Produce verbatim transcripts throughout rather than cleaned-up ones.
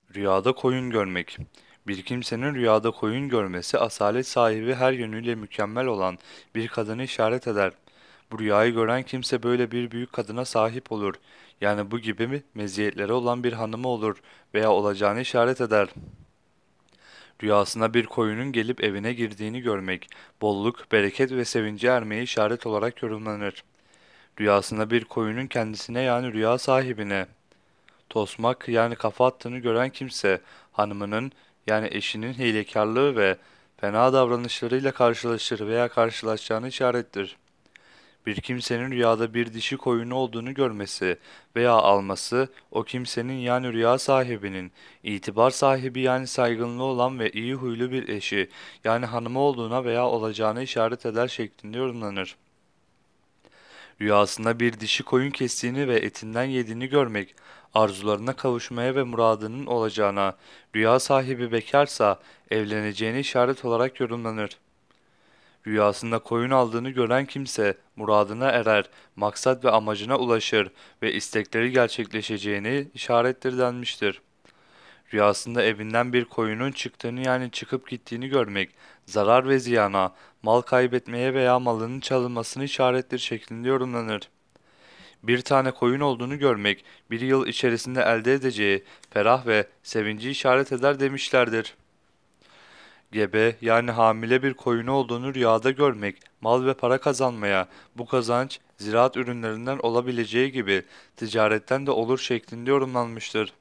Rüyada koyun görmek. Bir kimsenin rüyada koyun görmesi asalet sahibi her yönüyle mükemmel olan bir kadını işaret eder. Bu rüyayı gören kimse böyle bir büyük kadına sahip olur. Yani bu gibi mi meziyetleri olan bir hanımı olur veya olacağını işaret eder. Rüyasında bir koyunun gelip evine girdiğini görmek, bolluk, bereket ve sevince ermeye işaret olarak yorumlanır. Rüyasında bir koyunun kendisine yani rüya sahibine tosmak yani kafa attığını gören kimse hanımının yani eşinin hilekarlığı ve fena davranışlarıyla karşılaşır veya karşılaşacağını işarettir. Bir kimsenin rüyada bir dişi koyunu olduğunu görmesi veya alması o kimsenin yani rüya sahibinin itibar sahibi yani saygınlığı olan ve iyi huylu bir eşi yani hanımı olduğuna veya olacağını işaret eder şeklinde yorumlanır. Rüyasında bir dişi koyun kestiğini ve etinden yediğini görmek, arzularına kavuşmaya ve muradının olacağına, rüya sahibi bekarsa evleneceğini işaret olarak yorumlanır. Rüyasında koyun aldığını gören kimse muradına erer, maksat ve amacına ulaşır ve istekleri gerçekleşeceğini işarettir denmiştir. Rüyasında evinden bir koyunun çıktığını yani çıkıp gittiğini görmek, zarar ve ziyana, mal kaybetmeye veya malının çalınmasını işarettir şeklinde yorumlanır. Bir tane koyun olduğunu görmek, bir yıl içerisinde elde edeceği ferah ve sevinci işaret eder demişlerdir. Gebe yani hamile bir koyunu olduğunu rüyada görmek, mal ve para kazanmaya, bu kazanç ziraat ürünlerinden olabileceği gibi ticaretten de olur şeklinde yorumlanmıştır.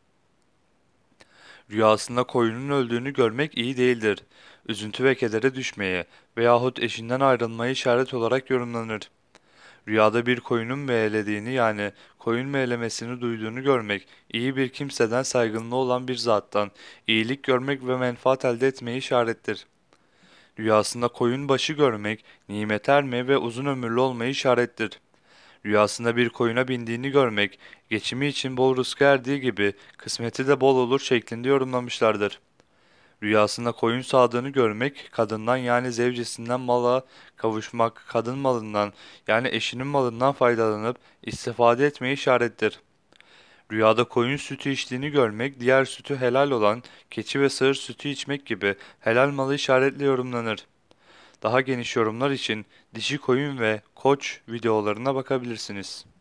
Rüyasında koyunun öldüğünü görmek iyi değildir. Üzüntü ve kedere düşmeye veyahut eşinden ayrılmaya işaret olarak yorumlanır. Rüyada bir koyunun meğlediğini yani koyun meğlemesini duyduğunu görmek, iyi bir kimseden saygınlığı olan bir zattan iyilik görmek ve menfaat elde etmeyi işarettir. Rüyasında koyun başı görmek, nimet erme ve uzun ömürlü olmayı işarettir. Rüyasında bir koyuna bindiğini görmek, geçimi için bol rızkı erdiği gibi kısmeti de bol olur şeklinde yorumlamışlardır. Rüyasında koyun sağdığını görmek, kadından yani zevcesinden mala kavuşmak, kadın malından yani eşinin malından faydalanıp istifade etmeyi işarettir. Rüyada koyun sütü içtiğini görmek, diğer sütü helal olan keçi ve sığır sütü içmek gibi helal malı işaretle yorumlanır. Daha geniş yorumlar için dişi koyun ve koç videolarına bakabilirsiniz.